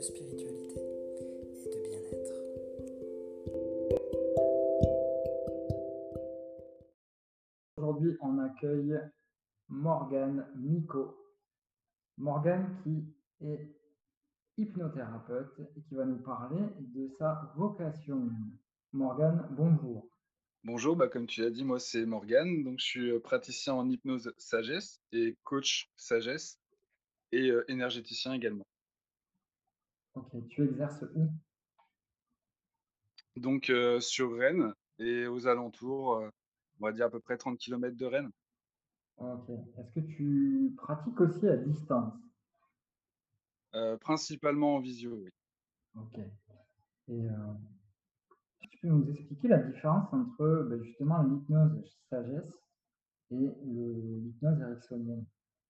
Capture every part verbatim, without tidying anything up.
de spiritualité et de bien-être. Aujourd'hui, on accueille Morgane Micot. Morgane qui est hypnothérapeute et qui va nous parler de sa vocation. Morgane, bonjour. Bonjour, bah, comme tu l'as dit, moi c'est Morgane, donc je suis euh, praticien en hypnose sagesse et coach sagesse et euh, énergéticien également. Ok, tu exerces où? Donc euh, sur Rennes et aux alentours, euh, on va dire à peu près trente kilomètres de Rennes. Ok. Est-ce que tu pratiques aussi à distance? Euh, principalement en visio, oui. Ok. Et euh, tu peux nous expliquer la différence entre ben, justement l'hypnose sagesse et le- l'hypnose ericksonienne?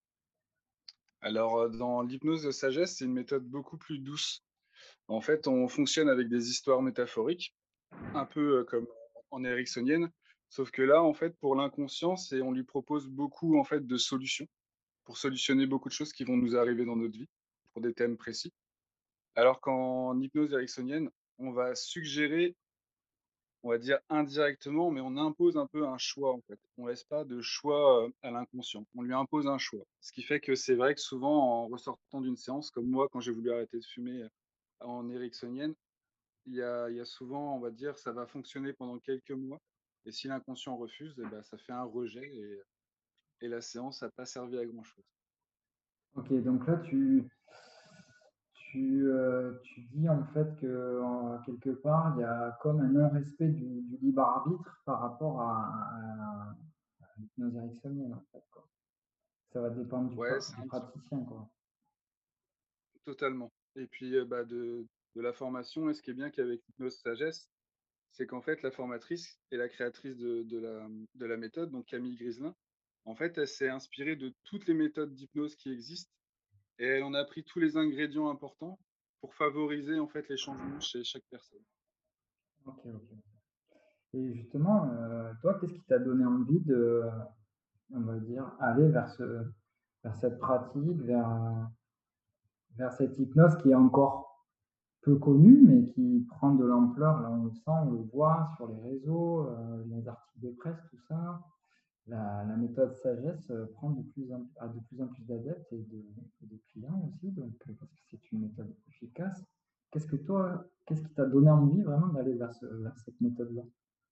Alors euh, dans l'hypnose sagesse, c'est une méthode beaucoup plus douce. En fait, on fonctionne avec des histoires métaphoriques, un peu euh, comme en ericksonienne, sauf que là, en fait, pour l'inconscient, c'est on lui propose beaucoup en fait de solutions pour solutionner beaucoup de choses qui vont nous arriver dans notre vie, pour des thèmes précis. Alors qu'en hypnose ericksonienne, on va suggérer, on va dire indirectement, mais on impose un peu un choix, en fait. On laisse pas de choix, heu, à l'inconscient. On lui impose un choix. Ce qui fait que c'est vrai que souvent, en ressortant d'une séance, comme moi, quand j'ai voulu arrêter de fumer, heu, en ericksonienne, il y a il y a souvent, on va dire, ça va fonctionner pendant quelques mois et si l'inconscient refuse et bah, ça fait un rejet et et la séance a pas servi à grand chose. Ok, donc là tu, Tu, euh, tu dis en fait que en- quelque part il y a comme un non-respect du, du libre arbitre par rapport à, à- à l'hypnose ericksonienne en fait, quoi. Ça va dépendre du, Ouais, pra- c'est du un petit praticien quoi. Totalement et puis, heu, bah, de de la formation et ce qui est bien qu'avec l'hypnose sagesse, c'est qu'en fait la formatrice et la créatrice de de la, mmh, de la méthode, donc Camille Griselin, en fait, elle s'est inspirée de toutes les méthodes d'hypnose qui existent et elle en a pris tous les ingrédients importants pour favoriser, en fait, les changements chez chaque personne. Ok, ok. Et justement, euh, toi, qu'est-ce qui t'a donné envie de, on va dire, aller vers ce, vers cette pratique, vers, euh, vers cette hypnose qui est encore peu connue, mais qui prend de l'ampleur, là on le sent, on le voit sur les réseaux, euh, les articles de presse, tout ça. La, la méthode sagesse euh, prend de plus en, a de plus en plus d'adeptes et de, et de clients aussi, donc, euh, parce que c'est une méthode efficace. Qu'est-ce que toi, qu'est-ce qui t'a donné envie vraiment d'aller vers, ce- vers cette méthode-là?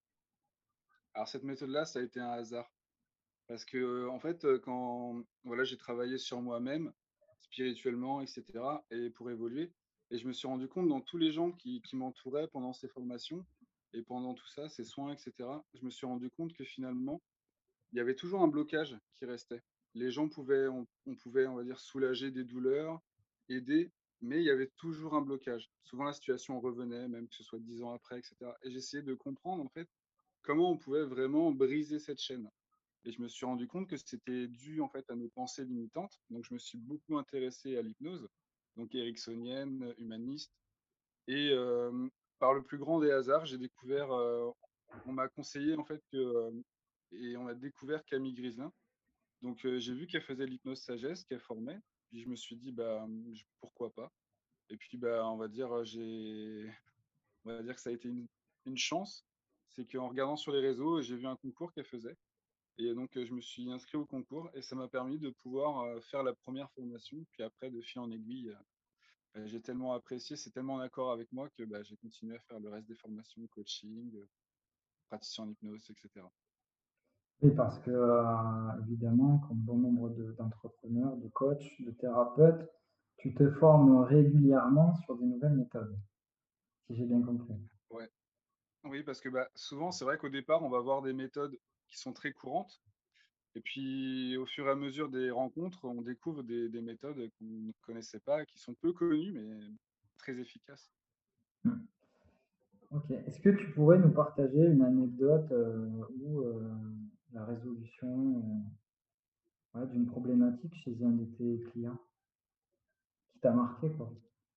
Alors cette méthode-là, ça a été un hasard parce que, heu, en fait, heu, quand voilà, j'ai travaillé sur moi-même, spirituellement et cetera et pour évoluer et je me suis rendu compte dans tous les gens qui qui m'entouraient pendant ces formations et pendant tout ça, ces soins et cetera, je me suis rendu compte que finalement, il y avait toujours un blocage qui restait. Les gens pouvaient on on pouvait, on va dire, soulager des douleurs, aider, mais il y avait toujours un blocage. Souvent la situation revenait, même que ce soit dix ans après et cetera et j'essayais de comprendre, en fait, comment on pouvait vraiment briser cette chaîne. Et je me suis rendu compte que c'était dû en fait à nos pensées limitantes. Donc je me suis beaucoup intéressé à l'hypnose, donc ericksonienne, humaniste. Et euh, par le plus grand des hasards, j'ai découvert, euh, on m'a conseillé en fait que, euh, et on a découvert Camille Griselin. Donc euh, j'ai vu qu'elle faisait l'hypnose sagesse, qu'elle formait. Puis je me suis dit bah je- pourquoi pas. Et puis bah on va dire j'ai, on va dire que ça a été une, une chance. C'est qu'en regardant sur les réseaux, j'ai vu un concours qu'elle faisait. Et donc, heu, je me suis inscrit au concours et ça m'a permis de pouvoir, heu, faire la première formation. Puis après, de fil en aiguille, heu, bah, j'ai tellement apprécié, c'est tellement en accord avec moi que, bah, j'ai continué à faire le reste des formations, coaching, heu, praticien en hypnose et cetera. Oui, parce que, euh, évidemment, comme bon nombre de- d'entrepreneurs, de coachs, de thérapeutes, tu te formes régulièrement sur des nouvelles méthodes, si j'ai bien compris. Ouais, oui, parce que, bah, souvent, c'est vrai qu'au départ, on va avoir des méthodes qui sont très courantes et puis, au fur et à mesure des rencontres, on découvre des des méthodes qu'on ne connaissait pas, qui sont peu connues mais très efficaces. Hmm. Ok. Est-ce que tu pourrais nous partager une anecdote euh, où euh, la résolution euh, ouais, d'une problématique chez un de tes clients qui t'a marqué, quoi?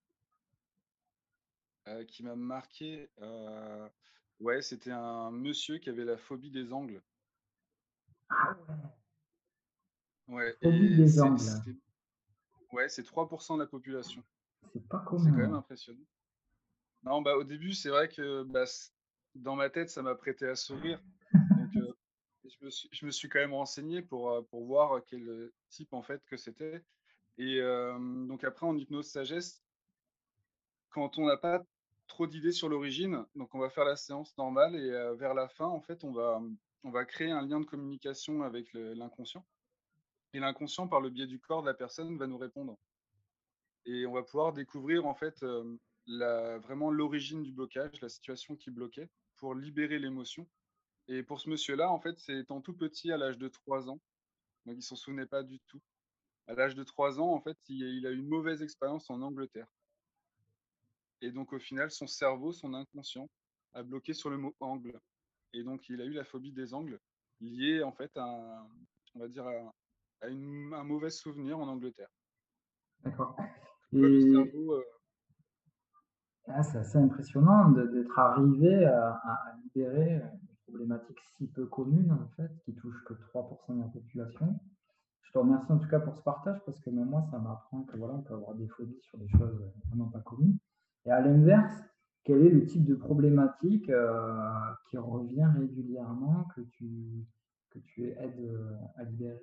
Heu, qui m'a marqué, heu, ouais, c'était un monsieur qui avait la phobie des angles. Ah ouais, Ouais phobie et des c'est angles. c'est ouais, c'est trois pour cent de la population. C'est pas C'est quand commun, même ouais. impressionnant. Non, bah, au début, c'est vrai que, bah, c dans ma tête, ça m'a prêté à sourire. Donc, heu, je me suis je me suis quand même renseigné pour, heu, pour voir quel, heu, type, en fait, que c'était et hem, donc après en hypnose sagesse, quand on n'a pas trop d'idées sur l'origine, donc on va faire la séance normale et heu, vers la fin, en fait, on va, mmh, on va créer un lien de communication avec le l'inconscient et l'inconscient, par le biais du corps de la personne, va nous répondre et on va pouvoir découvrir, en fait, hem, la vraiment l'origine du blocage, la situation qui bloquait pour libérer l'émotion et pour ce monsieur-là, en fait, c'est étant tout petit, à l'âge de trois ans, donc il s'en souvenait pas du tout. À l'âge de trois ans, en fait, il il a eu une mauvaise expérience en Angleterre et donc au final, son cerveau, son inconscient, a bloqué sur le mot angle et donc il a eu la phobie des angles liée, en fait, à un on va dire à à une un mauvais souvenir en Angleterre. D'accord. Comme quoi le Et cerveau, heu ah, c'est assez impressionnant de d'être arrivé à à à libérer, heu, une problématique si peu commune, en fait, qui touche que trois pour cent de la population. Je te remercie en tout cas pour ce partage parce que même moi, ça m'apprend que voilà, on peut avoir des phobies sur des choses, heu, vraiment pas communes. Et à l'inverse, quel est le type de problématique, heu, qui revient régulièrement que tu que tu aides, heu, à libérer?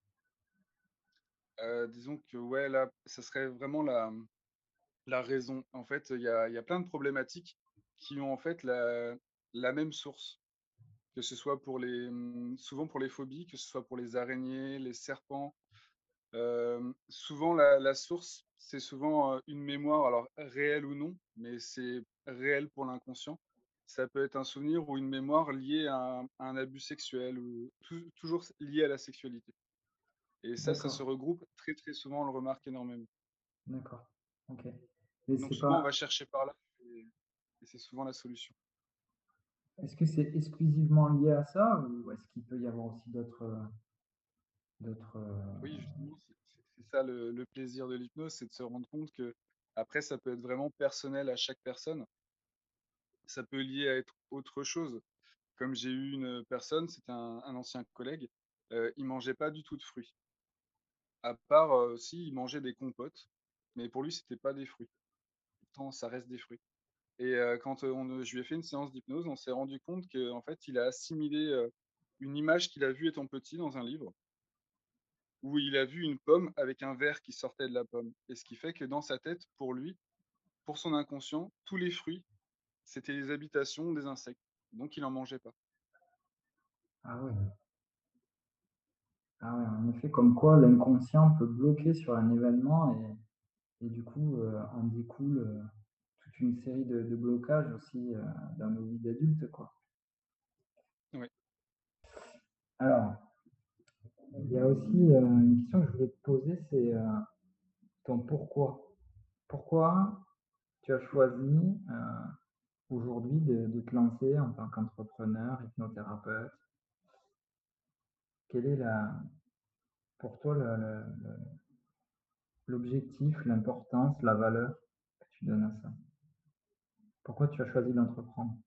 heu, disons que ouais, là, ça serait vraiment la, mmh, la raison. En fait, il y a il y a plein de problématiques qui ont, en fait, la la même source. Que ce soit pour les, mmh, souvent pour les phobies, que ce soit pour les araignées, les serpents. Hem, souvent la la source, c'est souvent, heu, une mémoire, alors réelle ou non, mais c'est réel pour l'inconscient. Ça peut être un souvenir ou une mémoire liée à un à un abus sexuel ou tou toujours s lié à la sexualité et ça, ça se D'accord, regroupe très, très souvent, on le remarque énormément. d'accord, OK. Mais Donc c'est souvent, on va pas chercher par là et et c'est souvent la solution. est-ce que c'est exclusivement lié à ça ou est-ce qu'il peut y avoir aussi d'autres, heu, d'autres, Oui, heu justement, c'est c'est c'est ça le le plaisir de l'hypnose, c'est de se rendre compte que après, ça peut être vraiment personnel à chaque personne. Ça peut lier à être autre chose. Comme j'ai eu une personne, c'était un un ancien collègue, heu, il mangeait pas du tout de fruits. À part, heu, si, il mangeait des compotes, mais pour lui, c'était pas des fruits. Pourtant, ça reste des fruits et heu, quand, heu, on, heu, je lui ai fait une séance d'hypnose, on s'est rendu compte qu'en fait, il a assimilé, heu, une image qu'il a vue étant petit dans un livre, où il a vu une pomme avec un ver qui sortait de la pomme et ce qui fait que dans sa tête, pour lui, pour son inconscient, tous les fruits, c'était les habitations des insectes, donc il en mangeait pas. ah ouais. Ah ouais, en effet, comme quoi l'inconscient peut bloquer sur un événement et et du coup, heu, en découle, heu, toute une série de de blocages aussi, heu, dans nos vies d'adultes, quoi. Oui. Alors, il y a aussi, heu, une question que je voulais te poser, c'est, heu, ton pourquoi. Pourquoi tu as choisi, heu, aujourd'hui de de te lancer en tant qu'entrepreneur, hypnothérapeute? Quelle est la pour toi le le le l'objectif, l'importance, la valeur que tu donnes à ça? Pourquoi tu as choisi d'entreprendre?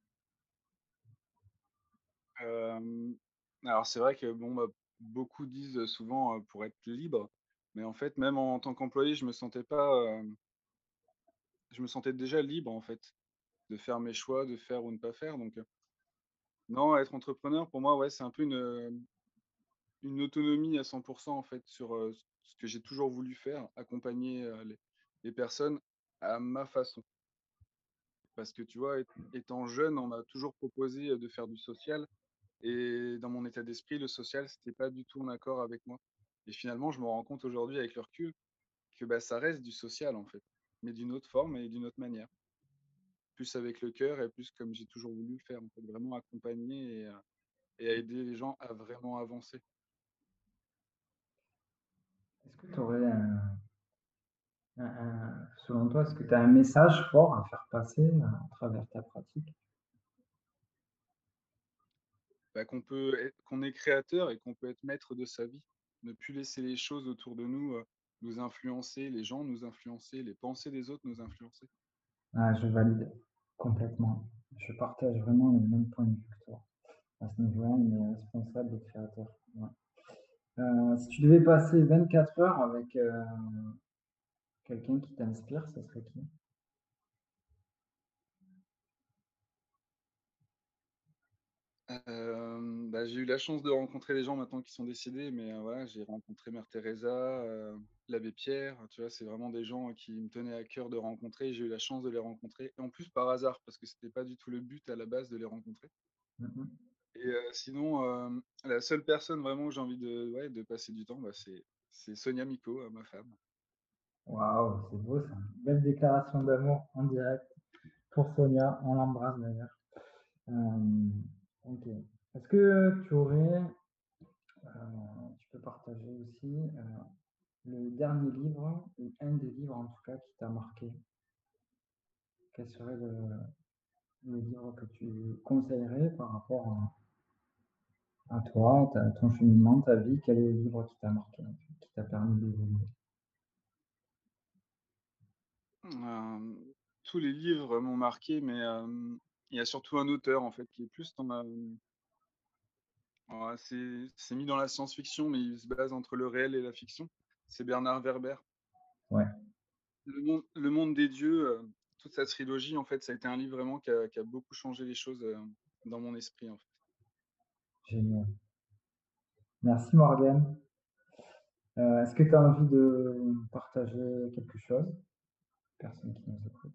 Hem, alors c'est vrai que bon, bah, beaucoup disent, heu, souvent, heu, pour être libre, mais en fait, même en tant qu'employé, je me sentais pas, hem, je me sentais déjà libre, en fait, de faire mes choix, de faire ou ne pas faire, donc heu, non, être entrepreneur pour moi, ouais, c'est un peu une, hem, une autonomie à cent pour cent en fait, sur, heu, ce que j'ai toujours voulu faire, accompagner, heu, les les personnes à ma façon. Parce que tu vois, ét étant jeune, on m'a toujours proposé, heu, de faire du social. Et dans mon état d'esprit, le social, c'était pas du tout en accord avec moi. Et finalement, je me rends compte aujourd'hui avec le recul que, bah, ça reste du social, en fait, mais d'une autre forme et d'une autre manière. Plus avec le cœur et plus comme j'ai toujours voulu le faire, en fait, vraiment accompagner et à et à aider les gens à vraiment avancer. Est-ce que tu aurais un un un selon toi, est-ce que tu as un message fort à faire passer, heu, à travers ta pratique? Bah, qu'on peut être qu'on est créateur et qu'on peut être maître de sa vie. Ne plus laisser les choses autour de nous, heu, nous influencer, les gens nous influencer, les pensées des autres nous influencer. Ah, je valide complètement. Je partage vraiment le même point de vue que toi. À ce niveau-là, on est responsable et créateur. Ouais. Heu, si tu devais passer vingt-quatre heures avec, heu, quelqu'un qui t'inspire, ce serait qui? Euh, bah, j'ai eu la chance de rencontrer des gens maintenant qui sont décédés, mais euh, voilà, j'ai rencontré Mère Teresa, euh, l'abbé Pierre, tu vois, c'est vraiment des gens qui me tenaient à cœur de rencontrer. J'ai eu la chance de les rencontrer, et en plus par hasard, parce que c'était pas du tout le but à la base de les rencontrer. Mhm. Et euh, sinon, euh, la seule personne vraiment où j'ai envie de, ouais, de passer du temps, bah, c'est, c'est Sonia Miko, euh, ma femme. Waouh, c'est beau ça. Belle déclaration d'amour en direct pour Sonia. On l'embrasse d'ailleurs. Euh, ok. Est-ce que tu aurais, euh, tu peux partager aussi euh, le dernier livre ou un des livres en tout cas qui t'a marqué? Quel serait le, le livre que tu conseillerais par rapport à, à toi, ta- ton cheminement, ta vie? Quel est le livre qui t'a marqué, en fait, qui t'a permis d'évoluer? Euh, Tous les livres m'ont marqué, mais euh, il y a surtout un auteur en fait qui est plus dans ma, ouais, c'est c'est mis dans la science-fiction, mais il se base entre le réel et la fiction. C'est Bernard Werber. Ouais, Le monde, le monde des dieux, euh, toute sa trilogie, en fait, ça a été un livre vraiment qui a, qui a beaucoup changé les choses euh, dans mon esprit, en fait. génial. Merci Morgane. Euh, est-ce que tu as envie de partager quelque chose? Personne qui nous écoute.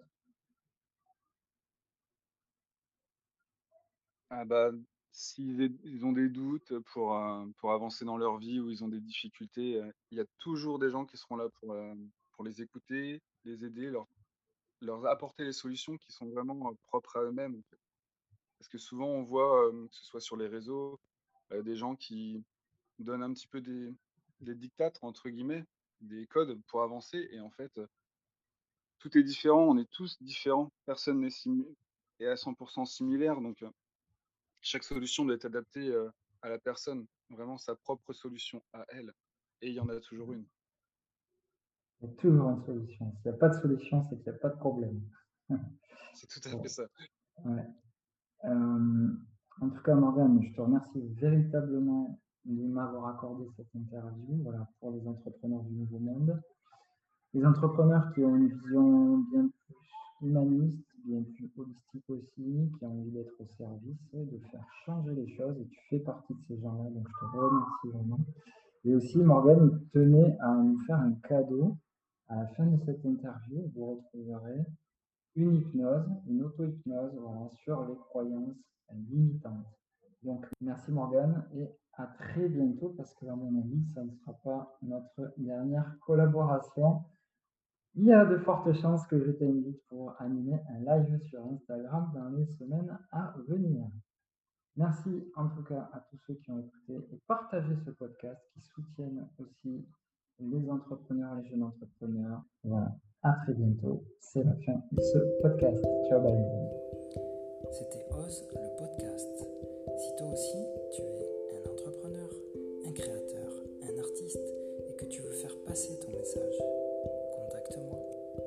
Ah bah, s'ils aient- ils ont des doutes pour, euh, pour avancer dans leur vie ou ils ont des difficultés, euh, il y a toujours des gens qui seront là pour, euh, pour les écouter, les aider, leur, leur apporter les solutions qui sont vraiment euh, propres à eux-mêmes, en fait. Parce que souvent, on voit, euh, que ce soit sur les réseaux, euh, des gens qui donnent un petit peu des, des dictates, entre guillemets, des codes pour avancer. Et en fait, euh, tout est différent, on est tous différents. Personne n'est simi- est à cent pour cent similaire. Donc, euh, chaque solution doit être adaptée euh, à la personne, vraiment sa propre solution à elle. Et il y en a toujours une. Il y a toujours une solution. S'il n'y a pas de solution, c'est qu'il n'y a pas de problème. C'est tout à fait Bon, ça. ouais. Euh, en tout cas, Morgane, je te remercie véritablement de m'avoir accordé cette interview, voilà, pour les entrepreneurs du Nouveau Monde. Les entrepreneurs qui ont une vision bien plus humaniste, bien plus holistique aussi, qui ont envie d'être au service, et de faire changer les choses. Et tu fais partie de ces gens-là, donc je te remercie vraiment. Et aussi, Morgane tenait à nous faire un cadeau. À la fin de cette interview, vous retrouverez une hypnose, une auto-hypnose, voilà, sur les croyances limitantes. Donc, merci Morgane et à très bientôt parce que, à mon avis, ça ne sera pas notre dernière collaboration. Il y a de fortes chances que je t'invite pour animer un live sur Instagram dans les semaines à venir. Merci en tout cas à tous ceux qui ont écouté et partagé ce podcast, qui soutiennent aussi les entrepreneurs, les jeunes entrepreneurs. Voilà, à très bientôt. C'est la fin de ce podcast. Ciao, bye. C'était Ose le podcast. Si toi aussi tu es un entrepreneur, un créateur, un artiste et que tu veux faire passer ton message, contacte-moi.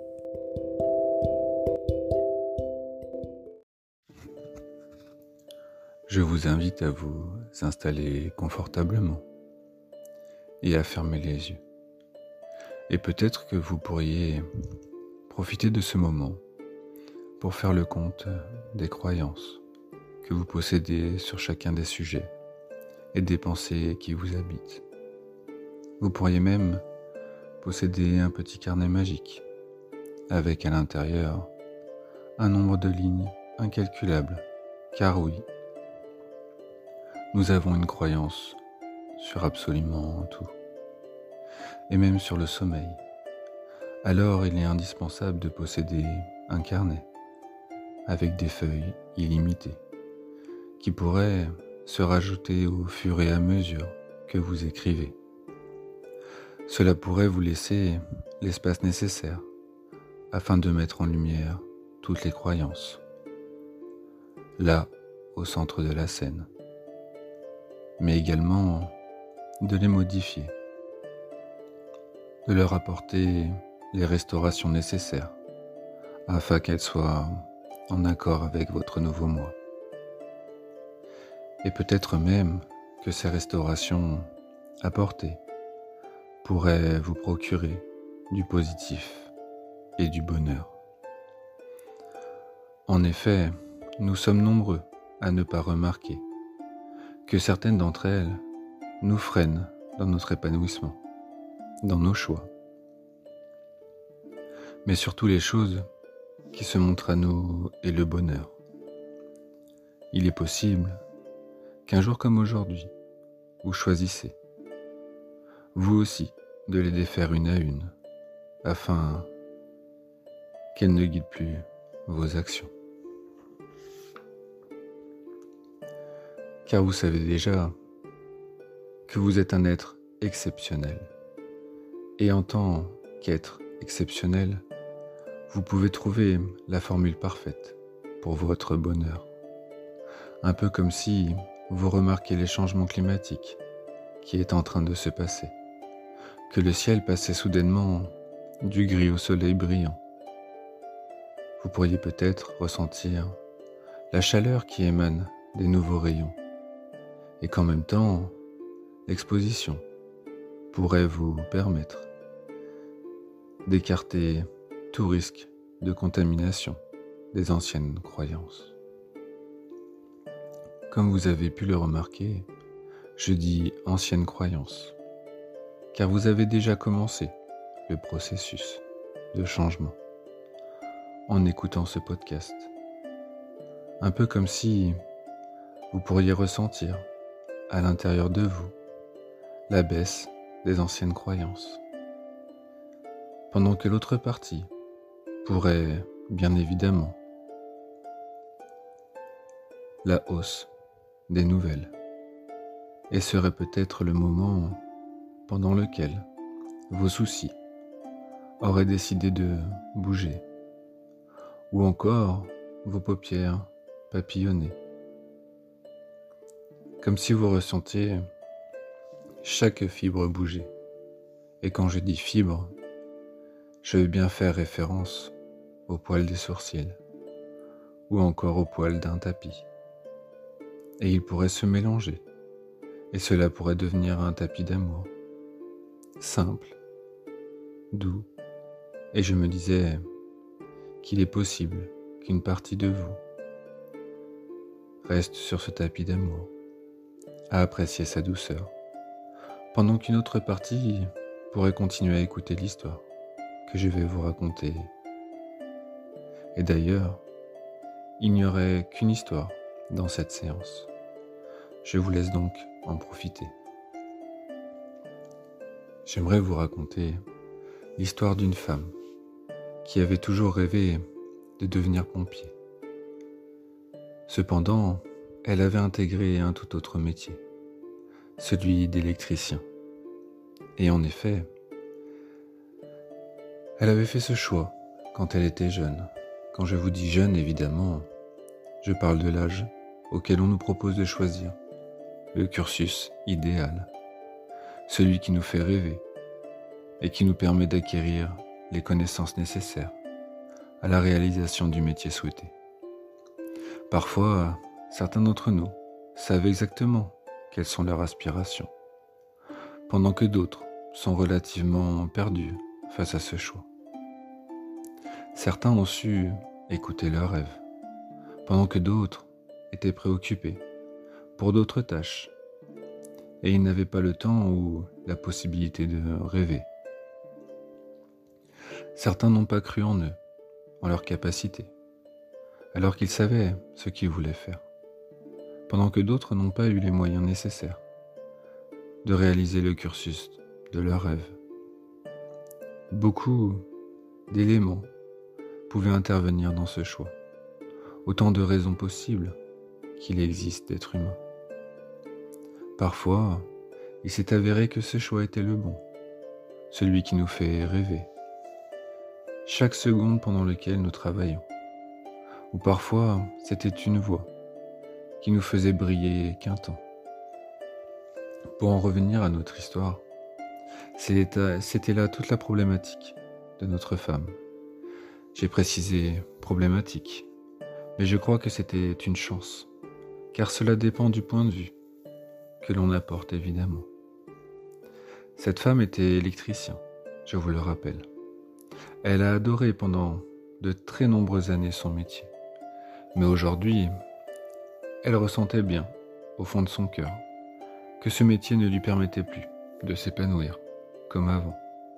Je vous invite à vous installer confortablement et à fermer les yeux. Et peut-être que vous pourriez profiter de ce moment pour faire le compte des croyances que vous possédez sur chacun des sujets et des pensées qui vous habitent. Vous pourriez même posséder un petit carnet magique avec à l'intérieur un nombre de lignes incalculable, car oui, nous avons une croyance sur absolument tout, et même sur le sommeil. Alors il est indispensable de posséder un carnet avec des feuilles illimitées qui pourraient se rajouter au fur et à mesure que vous écrivez. Cela pourrait vous laisser l'espace nécessaire afin de mettre en lumière toutes les croyances, là au centre de la scène, mais également de les modifier, de leur apporter les restaurations nécessaires afin qu'elles soient en accord avec votre nouveau moi. Et peut-être même que ces restaurations apportées pourraient vous procurer du positif et du bonheur. En effet, nous sommes nombreux à ne pas remarquer que certaines d'entre elles nous freinent dans notre épanouissement, dans nos choix, mais surtout les choses qui se montrent à nous et le bonheur. Il est possible qu'un jour comme aujourd'hui, vous choisissez, vous aussi, de les défaire une à une, afin qu'elles ne guident plus vos actions. Car vous savez déjà que vous êtes un être exceptionnel. Et en tant qu'être exceptionnel, vous pouvez trouver la formule parfaite pour votre bonheur. Un peu comme si vous remarquez les changements climatiques qui est en train de se passer, que le ciel passait soudainement du gris au soleil brillant. Vous pourriez peut-être ressentir la chaleur qui émane des nouveaux rayons, et qu'en même temps, l'exposition pourrait vous permettre d'écarter tout risque de contamination des anciennes croyances. Comme vous avez pu le remarquer, je dis anciennes croyances, car vous avez déjà commencé le processus de changement en écoutant ce podcast. Un peu comme si vous pourriez ressentir à l'intérieur de vous la baisse des anciennes croyances, pendant que l'autre partie pourrait, bien évidemment, la hausse des nouvelles, et serait peut-être le moment pendant lequel vos soucis auraient décidé de bouger, ou encore vos paupières papillonner, comme si vous ressentiez chaque fibre bouger. Et quand je dis fibre, je veux bien faire référence au poil des sourcils, ou encore au poil d'un tapis. Et ils pourraient se mélanger, et cela pourrait devenir un tapis d'amour, simple, doux, et je me disais qu'il est possible qu'une partie de vous reste sur ce tapis d'amour, à apprécier sa douceur, pendant qu'une autre partie pourrait continuer à écouter l'histoire que je vais vous raconter. Et d'ailleurs, il n'y aurait qu'une histoire dans cette séance. Je vous laisse donc en profiter. J'aimerais vous raconter l'histoire d'une femme qui avait toujours rêvé de devenir pompier. Cependant, elle avait intégré un tout autre métier, celui d'électricien. Et en effet, elle avait fait ce choix quand elle était jeune. Quand je vous dis jeune, évidemment, je parle de l'âge auquel on nous propose de choisir le cursus idéal, celui qui nous fait rêver et qui nous permet d'acquérir les connaissances nécessaires à la réalisation du métier souhaité. Parfois, certains d'entre nous savent exactement quelles sont leurs aspirations, pendant que d'autres sont relativement perdus face à ce choix. Certains ont su écouter leurs rêves, pendant que d'autres étaient préoccupés pour d'autres tâches, et ils n'avaient pas le temps ou la possibilité de rêver. Certains n'ont pas cru en eux, en leurs capacités, alors qu'ils savaient ce qu'ils voulaient faire, pendant que d'autres n'ont pas eu les moyens nécessaires de réaliser le cursus de leurs rêves. Beaucoup d'éléments pouvaient intervenir dans ce choix, autant de raisons possibles qu'il existe d'êtres humains. Parfois, il s'est avéré que ce choix était le bon, celui qui nous fait rêver, chaque seconde pendant laquelle nous travaillons. Ou parfois, c'était une voix qui nous faisait briller qu'un temps. Pour en revenir à notre histoire, c'était là toute la problématique de notre femme. J'ai précisé problématique, mais je crois que c'était une chance, car cela dépend du point de vue que l'on apporte évidemment. Cette femme était électricien, je vous le rappelle. Elle a adoré pendant de très nombreuses années son métier. Mais aujourd'hui, elle ressentait bien, au fond de son cœur, que ce métier ne lui permettait plus de s'épanouir comme avant.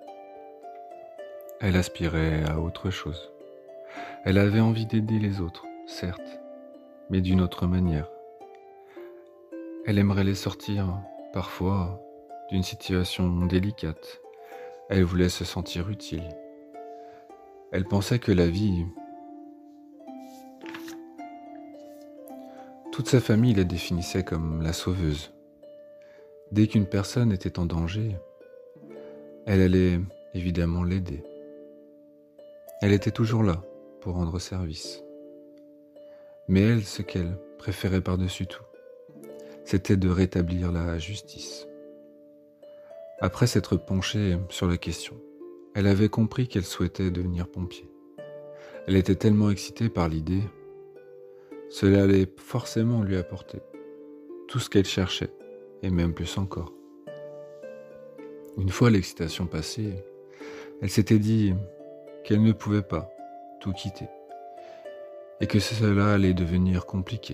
Elle aspirait à autre chose. Elle avait envie d'aider les autres, certes, mais d'une autre manière. Elle aimerait les sortir, parfois, d'une situation délicate. Elle voulait se sentir utile. Elle pensait que la vie... Toute sa famille la définissait comme la sauveuse. Dès qu'une personne était en danger, elle allait évidemment l'aider. Elle était toujours là pour rendre service. Mais elle, ce qu'elle préférait par-dessus tout, c'était de rétablir la justice. Après s'être penchée sur la question, elle avait compris qu'elle souhaitait devenir pompier. Elle était tellement excitée par l'idée, cela allait forcément lui apporter tout ce qu'elle cherchait, et même plus encore. Une fois l'excitation passée, elle s'était dit qu'elle ne pouvait pas tout quitter, et que cela allait devenir compliqué.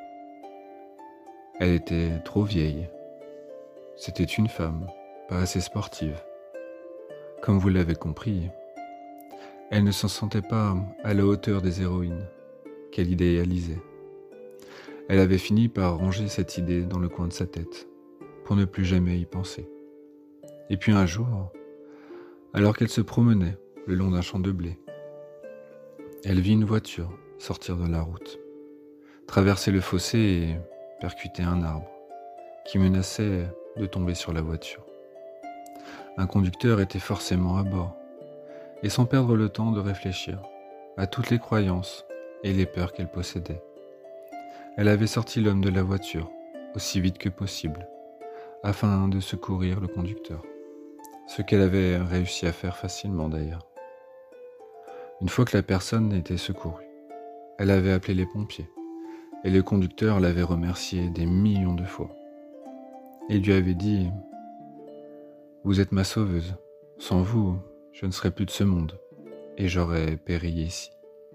Elle était trop vieille. C'était une femme, pas assez sportive. Comme vous l'avez compris, elle ne s'en sentait pas à la hauteur des héroïnes qu'elle idéalisait. Elle avait fini par ranger cette idée dans le coin de sa tête, pour ne plus jamais y penser. Et puis un jour, alors qu'elle se promenait le long d'un champ de blé, elle vit une voiture sortir de la route, traverser le fossé et percuter un arbre qui menaçait de tomber sur la voiture. Un conducteur était forcément à bord, et sans perdre le temps de réfléchir à toutes les croyances et les peurs qu'elle possédait, elle avait sorti l'homme de la voiture aussi vite que possible, afin de secourir le conducteur, ce qu'elle avait réussi à faire facilement d'ailleurs. Une fois que la personne était secourue, elle avait appelé les pompiers, et le conducteur l'avait remercié des millions de fois. Il lui avait dit « Vous êtes ma sauveuse, sans vous, je ne serais plus de ce monde, et j'aurais péri ici. »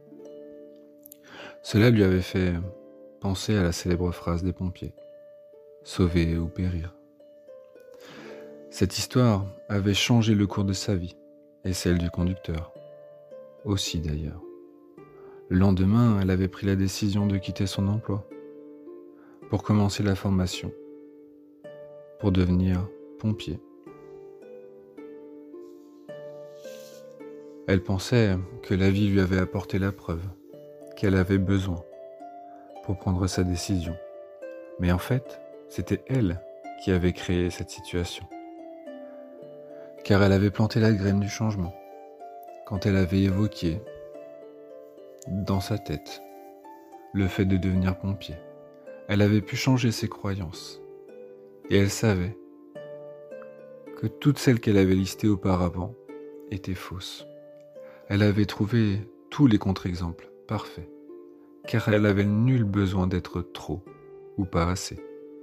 Cela lui avait fait penser à la célèbre phrase des pompiers « Sauver ou périr ». Cette histoire avait changé le cours de sa vie, et celle du conducteur, aussi d'ailleurs. Le lendemain, elle avait pris la décision de quitter son emploi pour commencer la formation, pour devenir pompier. Elle pensait que la vie lui avait apporté la preuve qu'elle avait besoin pour prendre sa décision. Mais en fait, c'était elle qui avait créé cette situation. Car elle avait planté la graine du changement quand elle avait évoqué dans sa tête le fait de devenir pompier. Elle avait pu changer ses croyances et elle savait que toutes celles qu'elle avait listées auparavant étaient fausses. Elle avait trouvé tous les contre-exemples parfaits, car elle avait nul besoin d'être trop ou pas assez.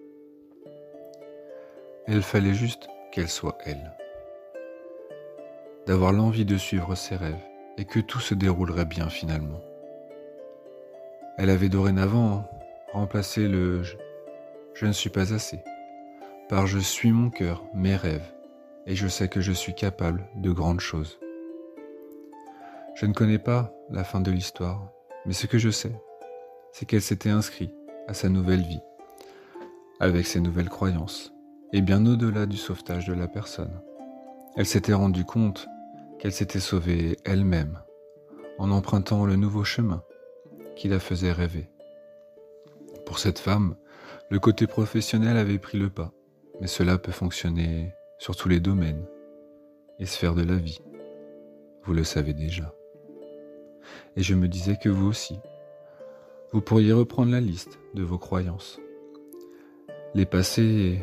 Il fallait juste qu'elle soit elle, d'avoir l'envie de suivre ses rêves et que tout se déroulerait bien finalement. Elle avait dorénavant remplacé le je, je ne suis pas assez par je suis mon cœur, mes rêves, et je sais que je suis capable de grandes choses. Je ne connais pas la fin de l'histoire, mais ce que je sais, c'est qu'elle s'était inscrite à sa nouvelle vie, avec ses nouvelles croyances, et bien au-delà du sauvetage de la personne. Elle s'était rendue compte qu'elle s'était sauvée elle-même, en empruntant le nouveau chemin qui la faisait rêver. Pour cette femme, le côté professionnel avait pris le pas, mais cela peut fonctionner sur tous les domaines et sphères de la vie. Vous le savez déjà. Et je me disais que vous aussi, vous pourriez reprendre la liste de vos croyances, les passer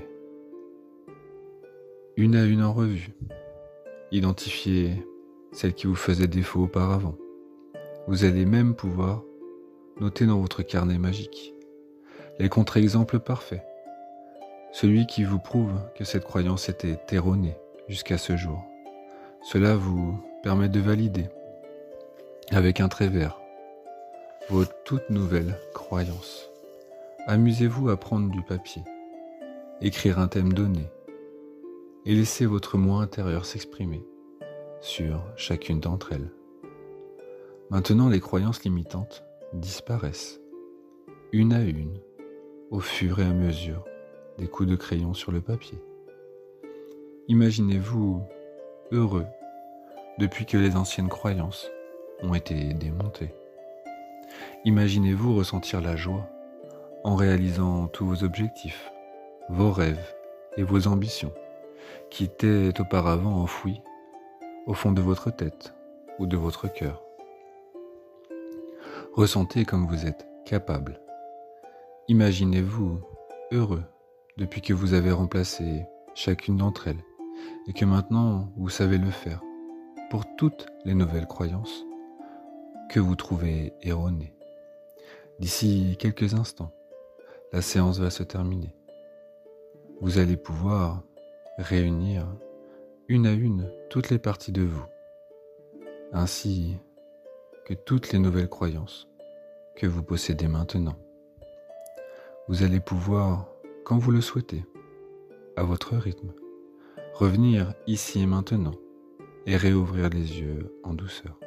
une à une en revue, identifier celles qui vous faisaient défaut auparavant. Vous allez même pouvoir noter dans votre carnet magique les contre-exemples parfaits, celui qui vous prouve que cette croyance était erronée jusqu'à ce jour. Cela vous permet de valider avec un trait vert, vos toutes nouvelles croyances. Amusez-vous à prendre du papier, écrire un thème donné, et laissez votre moi intérieur s'exprimer sur chacune d'entre elles. Maintenant, les croyances limitantes disparaissent, une à une, au fur et à mesure des coups de crayon sur le papier. Imaginez-vous heureux depuis que les anciennes croyances ont été démontées. Imaginez-vous ressentir la joie en réalisant tous vos objectifs, vos rêves et vos ambitions qui étaient auparavant enfouis au fond de votre tête ou de votre cœur. Ressentez comme vous êtes capable. Imaginez-vous heureux depuis que vous avez remplacé chacune d'entre elles et que maintenant vous savez le faire pour toutes les nouvelles croyances que vous trouvez erronées. D'ici quelques instants, la séance va se terminer. Vous allez pouvoir réunir une à une toutes les parties de vous, ainsi que toutes les nouvelles croyances que vous possédez maintenant. Vous allez pouvoir, quand vous le souhaitez, à votre rythme, revenir ici et maintenant et réouvrir les yeux en douceur.